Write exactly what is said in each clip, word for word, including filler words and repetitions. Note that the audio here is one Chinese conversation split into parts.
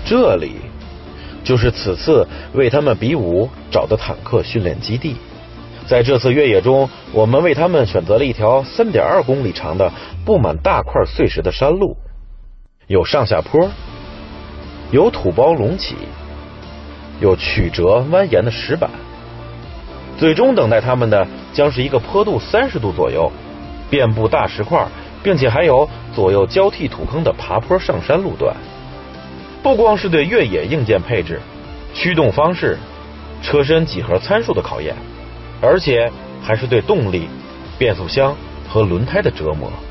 这里就是此次为他们比武找的坦克训练基地。在这次越野中，我们为他们选择了一条 三点二公里长的布满大块碎石的山路，有上下坡，有土包隆起，有曲折蜿蜒的石板。最终等待他们的将是一个坡度三十度左右，遍布大石块，并且还有左右交替土坑的爬坡上山路段。不光是对越野硬件配置、驱动方式、车身几何参数的考验，而且还是对动力、变速箱和轮胎的折磨。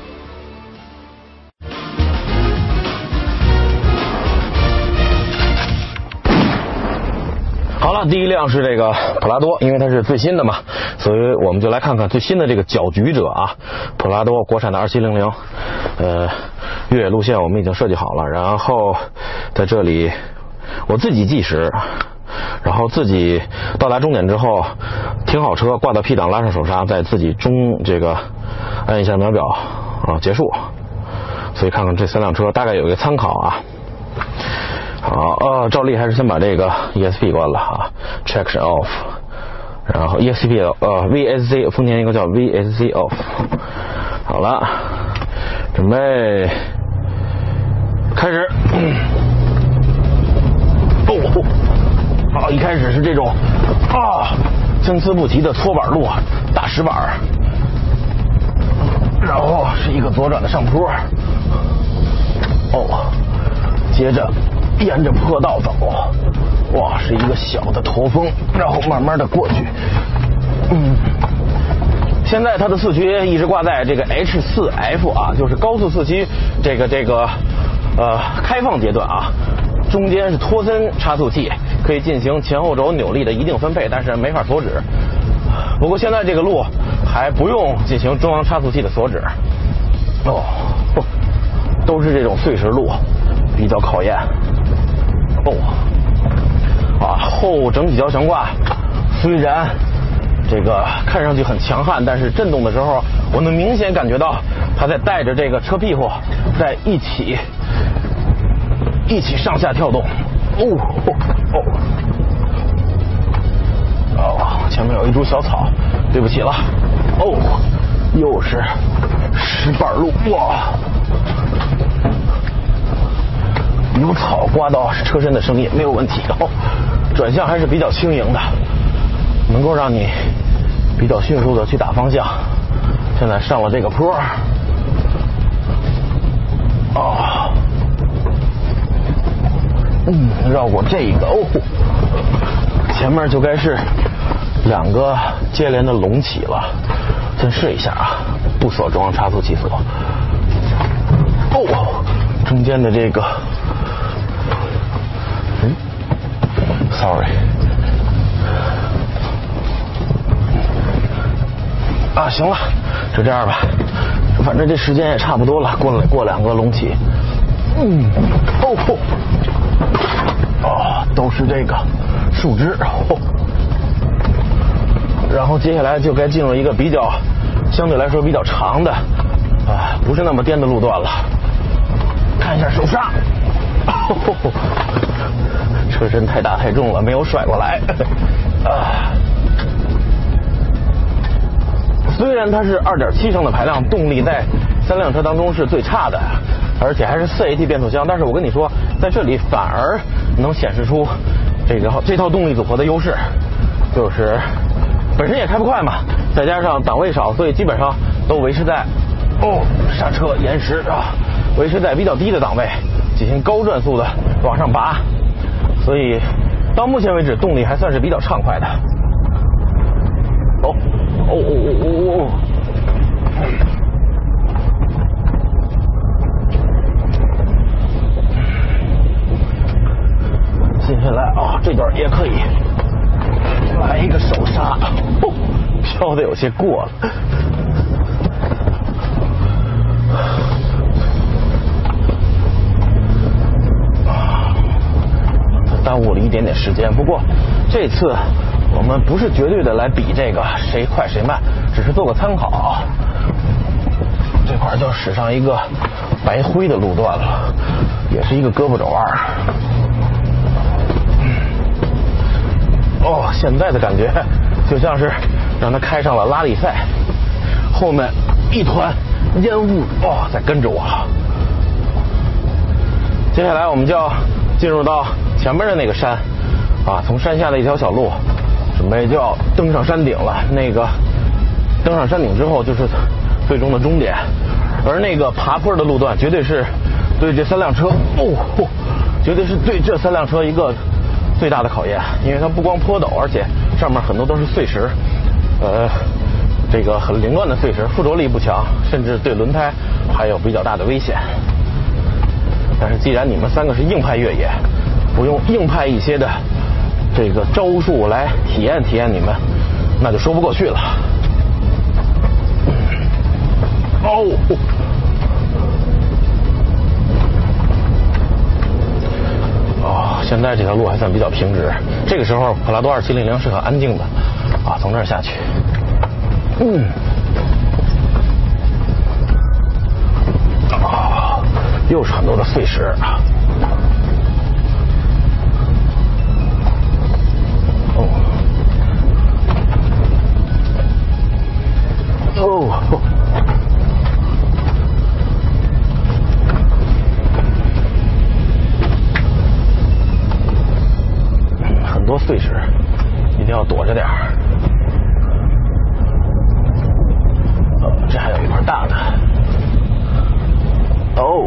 好了，第一辆是这个普拉多，因为它是最新的嘛，所以我们就来看看最新的这个搅局者啊，普拉多国产的二七零零，呃，越野路线我们已经设计好了，然后在这里我自己计时，然后自己到达终点之后停好车，挂到 P 档，拉上手刹，再自己中这个按一下秒表啊结束。所以看看这三辆车大概有一个参考啊。好，呃，照例还是先把这个 E S P 关了啊 ，traction off， 然后 E S P 呃 V S C， 丰田一个叫 V S C off。好了，准备开始。哦，好，一开始是这种啊参差不齐的搓板路，大石板，然后是一个左转的上坡，哦，接着沿着坡道走，哇，是一个小的驼峰，然后慢慢的过去。嗯，现在它的四驱一直挂在这个 H 四 F 啊，就是高速四驱这个这个呃开放阶段啊，中间是托森差速器，可以进行前后轴扭力的一定分配，但是没法锁止。不过现在这个路还不用进行中央差速器的锁止。哦，都是这种碎石路，比较考验。哦，啊，后整体交悬挂虽然这个看上去很强悍，但是震动的时候，我能明显感觉到它在带着这个车屁股在一起一起上下跳动。哦哦哦，哦，前面有一株小草，对不起了。哦，又是石板路，哇！有草刮到车身的声音没有问题哦，转向还是比较轻盈的，能够让你比较迅速的去打方向。现在上了这个坡，哦，嗯，绕过这个哦，前面就该是两个接连的隆起了，先试一下啊，不锁中央差速器锁。哦，中间的这个。嗯 ，sorry， 啊，行了，就这样吧，反正这时间也差不多了，过了过两个隆起，嗯，哦哦，哦，都是这个树枝，哦，然后接下来就该进入一个比较相对来说比较长的啊，不是那么颠的路段了，看一下手刹，哦。车身太大太重了，没有甩过来。啊，虽然它是 二点七 升的排量，动力在三辆车当中是最差的，而且还是 四 A T 变速箱，但是我跟你说，在这里反而能显示出这个这套动力组合的优势，就是本身也开不快嘛，再加上档位少，所以基本上都维持在哦刹车延时啊，维持在比较低的档位，进行高转速的往上拔。所以到目前为止动力还算是比较畅快的。哦哦哦哦哦哦！接下来啊，这段也可以来一个手刹，哦，飘的有些过了。耽误了一点点时间，不过这次我们不是绝对的来比这个谁快谁慢，只是做个参考。这块就使上一个白灰的路段了，也是一个胳膊肘二。 现在的感觉就像是让他开上了拉力赛，后面一团烟雾哦在跟着我。接下来我们就要进入到前面的那个山啊，从山下的一条小路准备就要登上山顶了。那个登上山顶之后就是最终的终点，而那个爬坡的路段绝对是对这三辆车哦，绝对是对这三辆车一个最大的考验，因为它不光坡陡，而且上面很多都是碎石，呃，这个很凌乱的碎石，附着力不强，甚至对轮胎还有比较大的危险。但是既然你们三个是硬派越野，我用硬派一些的这个招数来体验体验你们，那就说不过去了。哦。哦，现在这条路还算比较平直，这个时候普拉多二七零零是很安静的啊，从这儿下去，嗯，啊，又是很多的碎石啊，哦，哦。多碎石，一定要躲着点儿。哦，这还有一块大的。哦，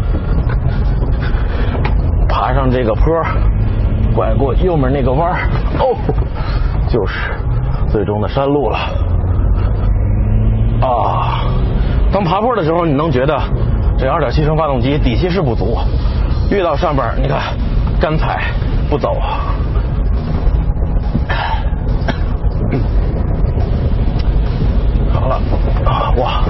爬上这个坡，拐过右面那个弯儿，哦，就是最终的山路了。啊，当爬坡的时候，你能觉得这 二点七 升发动机底气是不足，越到上边你看干踩不走。好了啊，哇，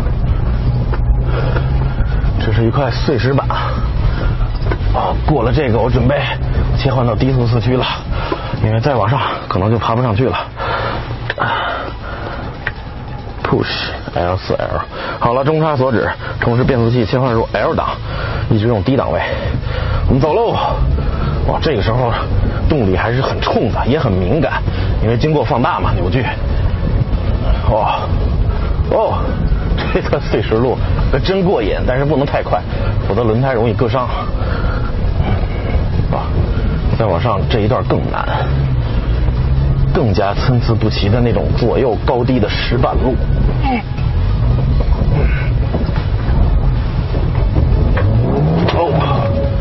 这是一块碎石板啊，过了这个我准备切换到低速四驱了，因为再往上可能就爬不上去了。Push L 四 L， 好了，中差锁止，同时变速器切换入 L 档，一直用低档位。我们走喽。哇，这个时候动力还是很冲的，也很敏感，因为经过放大嘛，扭矩。哇，哦，这段碎石路可真过瘾，但是不能太快，否则轮胎容易割伤。哇，再往上这一段更难，更加参差不齐的那种左右高低的石板路。哦。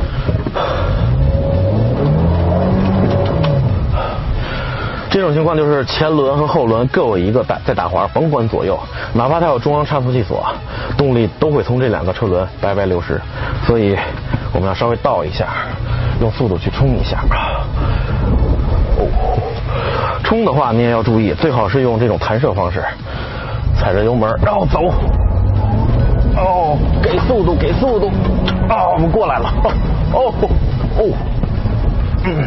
这种情况就是前轮和后轮各有一个打在打滑，甭管左右，哪怕它有中央差速器锁，动力都会从这两个车轮白白流失。所以我们要稍微倒一下，用速度去冲一下。哦，冲的话你也要注意，最好是用这种弹射方式，踩着油门然后走。哦，给速度，给速度。哦，我们过来了。哦哦，嗯。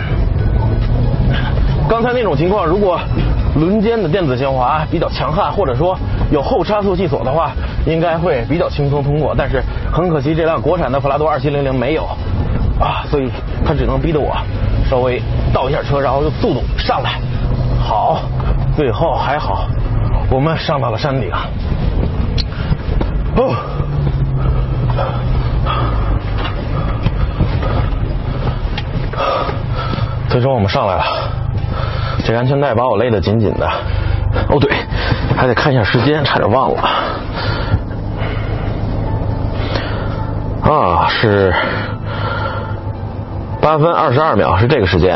刚才那种情况，如果轮间的电子限滑比较强悍，或者说有后差速器锁的话，应该会比较轻松通过。但是很可惜，这辆国产的普拉多二七零零没有啊，所以它只能逼得我稍微倒一下车，然后用速度上来。好，最后还好，我们上到了山顶。哦，最终我们上来了。这个安全带把我勒得紧紧的。哦对，还得看一下时间，差点忘了。啊，是八分二十二秒，是这个时间。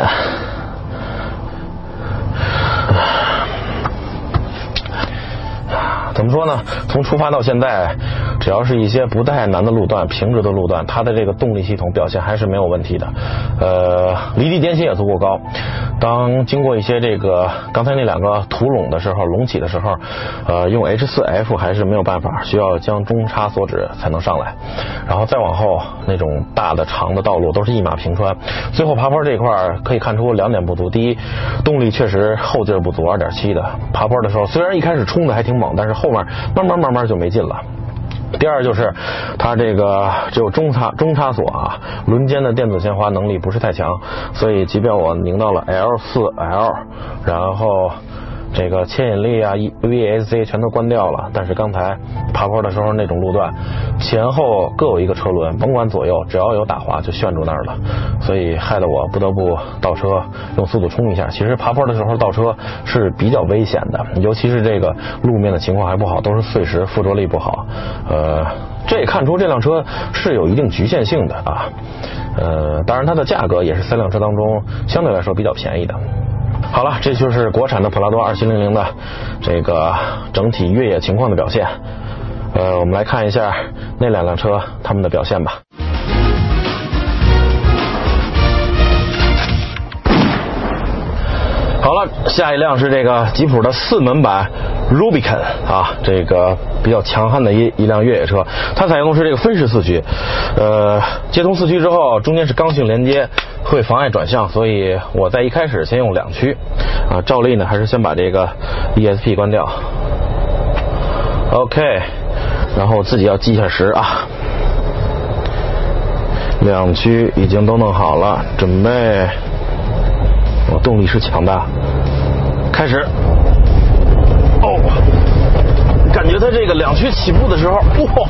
怎么说呢？从出发到现在，只要是一些不太难的路段、平直的路段，它的这个动力系统表现还是没有问题的。呃，离地间隙也足够高。当经过一些这个刚才那两个土垄的时候，隆起的时候，呃，用 H 四 F 还是没有办法，需要将中差锁止才能上来。然后再往后那种大的长的道路都是一马平川。最后爬坡这一块可以看出两点不足：第一，动力确实后劲不足 二点七 的，爬坡的时候虽然一开始冲的还挺猛，但是后面慢慢慢慢就没劲了。 第二就是它这个只有中差中差锁啊，轮间的电子限滑能力不是太强，所以即便我拧到了 L 四 L， 然后这个牵引力啊 V A S C 全都关掉了，但是刚才爬坡的时候那种路段前后各有一个车轮，甭管左右，只要有打滑就旋住那儿了，所以害得我不得不倒车用速度冲一下。其实爬坡的时候倒车是比较危险的，尤其是这个路面的情况还不好，都是碎石，附着力不好，呃这也看出这辆车是有一定局限性的啊，呃当然它的价格也是三辆车当中相对来说比较便宜的。好了，这就是国产的普拉多二七零零的这个整体越野情况的表现。呃，我们来看一下那两辆车它们的表现吧。好了，下一辆是这个吉普的四门版 Rubicon 啊，这个比较强悍的一一辆越野车。它采用的是这个分时四驱，呃，接通四驱之后，中间是刚性连接，会妨碍转向，所以我在一开始先用两驱啊。照例呢，还是先把这个 E S P 关掉。OK， 然后自己要记下时啊。两驱已经都弄好了，准备。哦，动力是强大。开始。哦，感觉它这个两驱起步的时候，哇！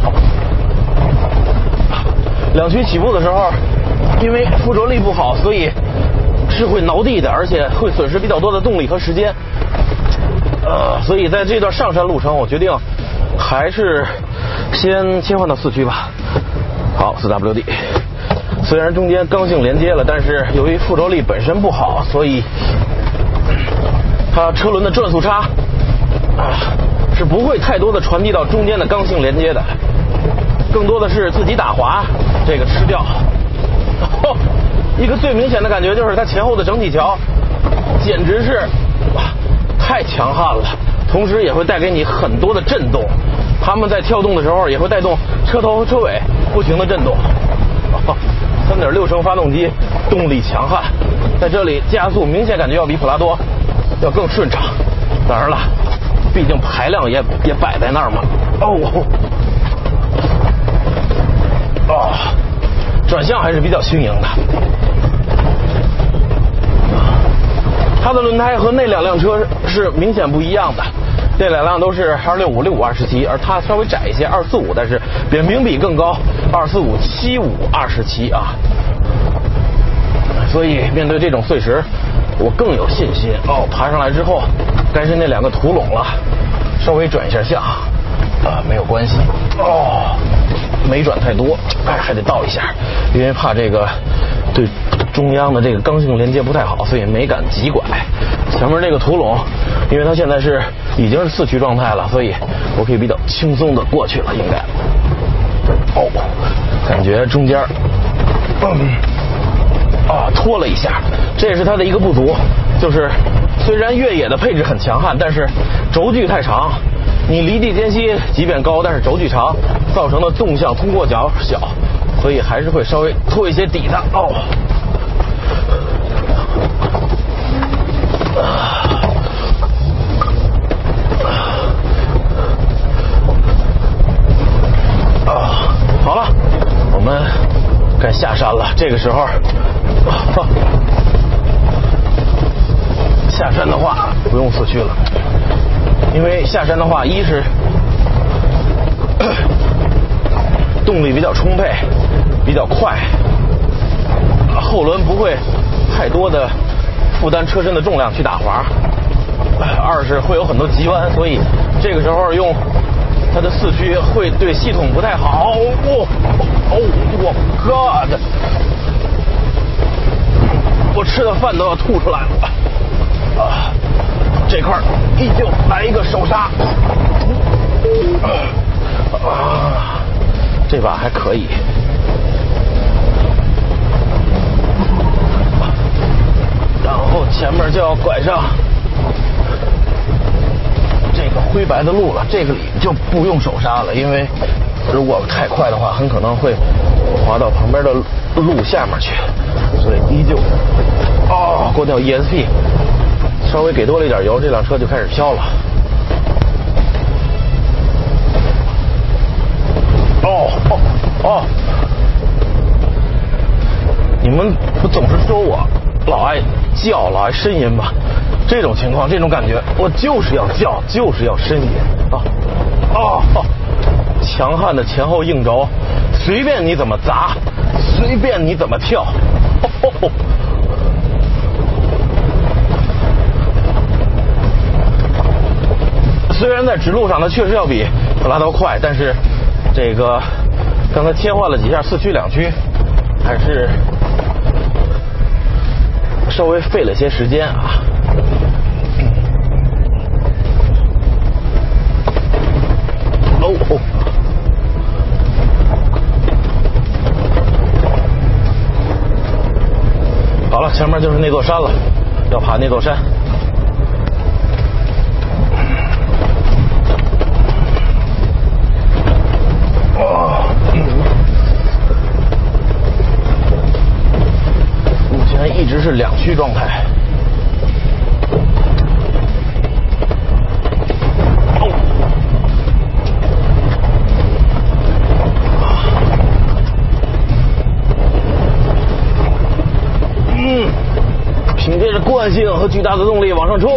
两驱起步的时候，因为附着力不好，所以是会挠地的，而且会损失比较多的动力和时间。呃，所以在这段上山路程，我决定还是先切换到四驱吧。好 ，四 W D。虽然中间刚性连接了，但是由于附着力本身不好，所以它车轮的转速差啊是不会太多的传递到中间的刚性连接的，更多的是自己打滑这个吃掉。哦，一个最明显的感觉就是它前后的整体桥简直是哇太强悍了，同时也会带给你很多的震动，它们在跳动的时候也会带动车头和车尾不停的震动。哦三点六 升发动机，动力强悍，在这里加速明显感觉要比普拉多要更顺畅。当然了，毕竟排量也也摆在那儿嘛。哦，哦，转向还是比较轻盈的。它的轮胎和那两辆车是明显不一样的，这两辆都是二六五六五二十七，而它稍微窄一些二四五，但是扁平比更高，二四五七五二十七啊。所以面对这种碎石，我更有信心。哦，爬上来之后，该是那两个土垄了，稍微转一下向啊，没有关系。哦，没转太多，哎，还得倒一下，因为怕这个对中央的这个刚性连接不太好，所以没敢急拐。前面这个土垄，因为它现在是已经是四驱状态了，所以我可以比较轻松的过去了，应该。哦，感觉中间，嗯，啊，拖了一下，这也是它的一个不足，就是虽然越野的配置很强悍，但是轴距太长。你离地间隙即便高，但是轴距长，造成的纵向通过角小，所以还是会稍微拖一些底的。哦。啊，好了，我们该下山了。这个时候，啊、下山的话不用四驱了。因为下山的话，一是动力比较充沛，比较快，后轮不会太多的负担车身的重量去打滑；二是会有很多急弯，所以这个时候用它的四驱会对系统不太好。哦哦，我 God！ 我吃的饭都要吐出来了啊！这块依旧来一个手刹，啊，这把还可以。然后前面就要拐上这个灰白的路了，这个里就不用手刹了，因为如果太快的话，很可能会滑到旁边的路下面去，所以依旧哦，关掉 E S P。稍微给多了一点油，这辆车就开始飘了。 哦哦！你们不总是说我老爱叫，老爱呻吟吗？这种情况，这种感觉，我就是要叫，就是要呻吟啊！哦哦！强悍的前后硬轴，随便你怎么砸，随便你怎么跳。哦哦虽然在直路上它确实要比普拉多快，但是这个刚才切换了几下四驱两驱，还是稍微费了些时间啊。哦哦，好了，前面就是那座山了，要爬那座山。目前一直是两驱状态。嗯，凭借着惯性和巨大的动力往上冲。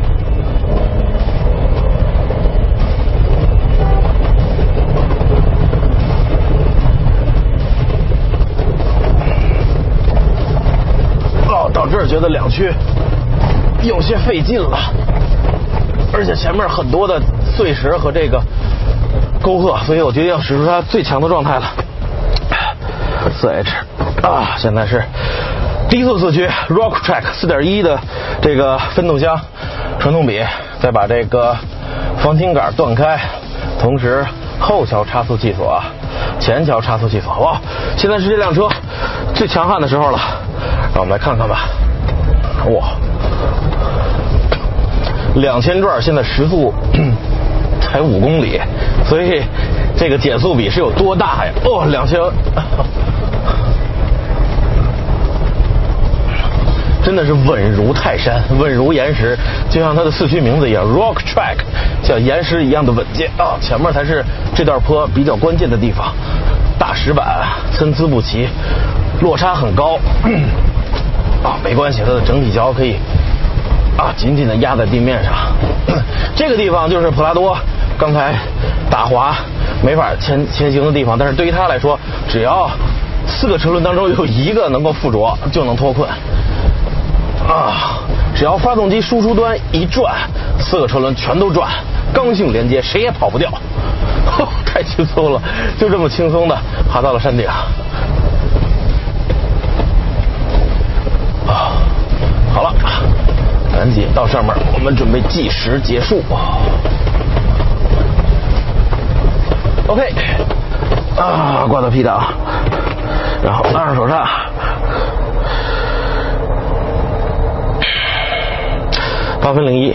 到这儿觉得两驱有些费劲了，而且前面很多的碎石和这个沟壑，所以我决定要使出它最强的状态了。四 H 啊，现在是低速四驱 Rock Track 四点一 的这个分动箱传动比，再把这个防倾杆断开，同时后桥差速器锁，前桥差速器锁。哇，现在是这辆车最强悍的时候了。让我们来看看吧。哇，两千转，现在时速才五公里，所以这个减速比是有多大呀？哦，两千，真的是稳如泰山，稳如岩石，就像它的四驱名字一样 ，Rock Track， 像岩石一样的稳健啊！前面才是这段坡比较关键的地方，大石板参差不齐，落差很高。啊，没关系，它的整体桥可以啊紧紧的压在地面上。这个地方就是普拉多刚才打滑没法前前行的地方，但是对于他来说，只要四个车轮当中有一个能够附着，就能脱困。啊，只要发动机输出端一转，四个车轮全都转，刚性连接，谁也跑不掉。哦，太轻松了，就这么轻松的爬到了山顶。啊，好了，赶紧到上面，我们准备计时结束。OK， 啊，挂到 P 档，然后拉上手刹，八分零一。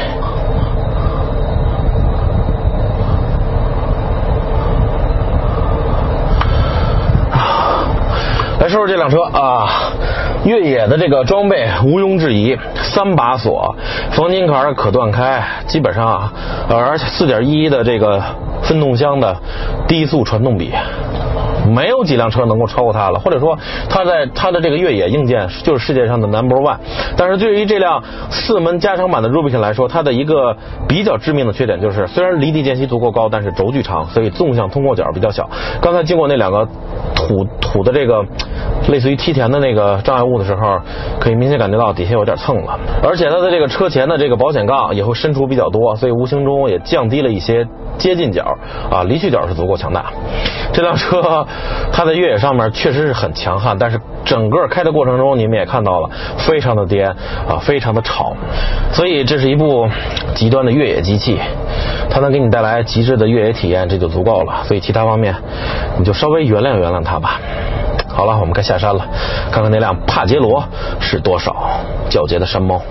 来说说这辆车啊。越野的这个装备毋庸置疑，三把锁，防倾杆可断开，基本上啊，而且 四点一 的这个分动箱的低速传动比，没有几辆车能够超过它了，或者说它在它的这个越野硬件就是世界上的 number one。但是对于这辆四门加长版的 Rubicon 来说，它的一个比较致命的缺点就是，虽然离地间隙足够高，但是轴距长，所以纵向通过角比较小。刚才经过那两个土土的这个类似于梯田的那个障碍物的时候，可以明显感觉到底下有点蹭了，而且它的这个车前的这个保险杠也会伸出比较多，所以无形中也降低了一些接近角啊，离去角是足够强大。这辆车它在越野上面确实是很强悍，但是整个开的过程中你们也看到了，非常的颠啊，非常的吵，所以这是一部极端的越野机器，它能给你带来极致的越野体验，这就足够了。所以其他方面你就稍微原谅原谅它吧。好了，我们该下山了，看看那辆帕杰罗是多少皎洁的山猫。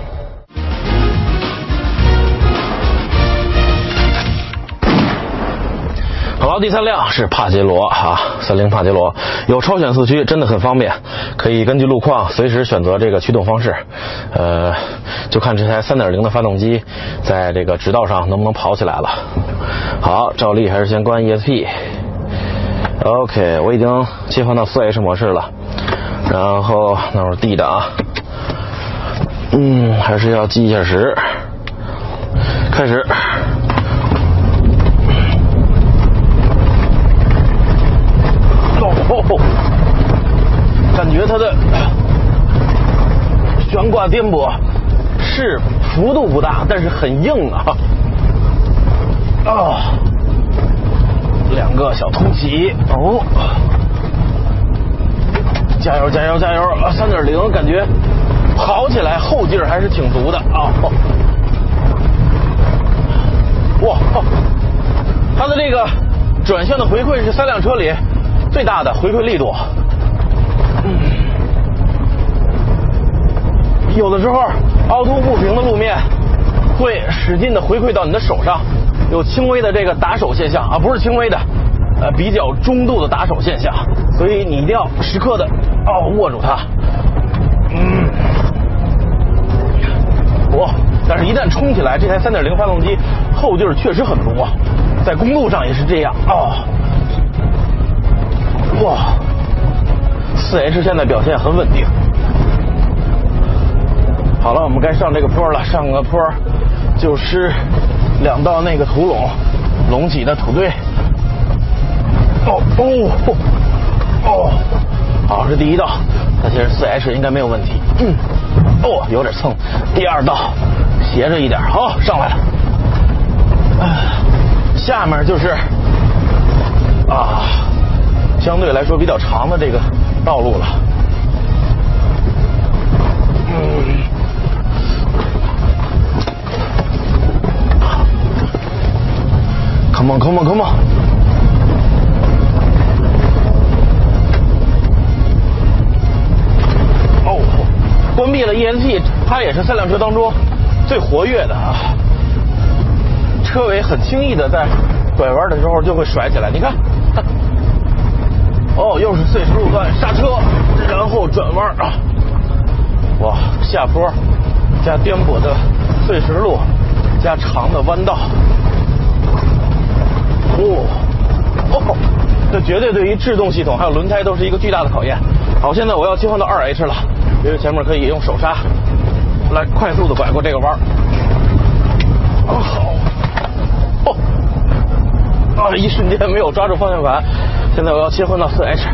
好了，第三辆是帕杰罗啊，三菱帕杰罗有超选四驱，真的很方便，可以根据路况随时选择这个驱动方式。呃，就看这台 三点零 的发动机在这个直道上能不能跑起来了。好，照例还是先关 E S P。 OK， 我已经切换到四 H 模式了，然后那会儿 D 的啊，嗯，还是要计一下时，开始。哦，感觉它的悬挂颠簸是幅度不大，但是很硬啊！啊，两个小凸起哦，加油加油加油！啊， 三点零 感觉跑起来后劲儿还是挺足的啊！哦、哇、哦，它的这个转向的回馈是三辆车里最大的回馈力度。嗯，有的时候凹凸不平的路面会使劲的回馈到你的手上，有轻微的这个打手现象啊，不是轻微的，呃，比较中度的打手现象，所以你一定要时刻的哦握住它。嗯，哇！但是，一旦冲起来，这台 三点零 发动机后劲儿确实很足啊，在公路上也是这样哦。哇， 四 H 现在表现很稳定。好了，我们该上这个坡了，上个坡就是两道那个土垄，隆起的土堆。哦哦哦，好，是第一道，它其实 四 H 应该没有问题。嗯，哦，有点蹭。第二道斜着一点，好，上来了。啊，下面就是啊，相对来说比较长的这个道路了。嗯。Come on, come on, come on！ 哦，关闭了 E S P， 它也是三辆车当中最活跃的啊。车尾很轻易的在拐弯的时候就会甩起来，你看。哦，又是碎石路段，刹车，然后转弯啊！哇，下坡加颠簸的碎石路，加长的弯道。哦哦，这绝对对于制动系统还有轮胎都是一个巨大的考验。好，现在我要切换到二 H 了，因为前面可以用手刹来快速的拐过这个弯。啊，好，哦，啊，一瞬间没有抓住方向盘。现在我要切换到四 H，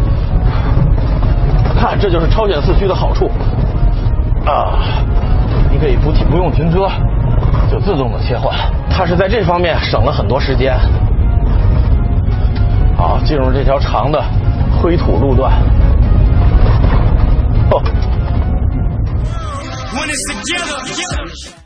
看，这就是超险四驱的好处啊！你可以不不用停车，就自动的切换。它是在这方面省了很多时间。好，进入这条长的灰土路段。哦。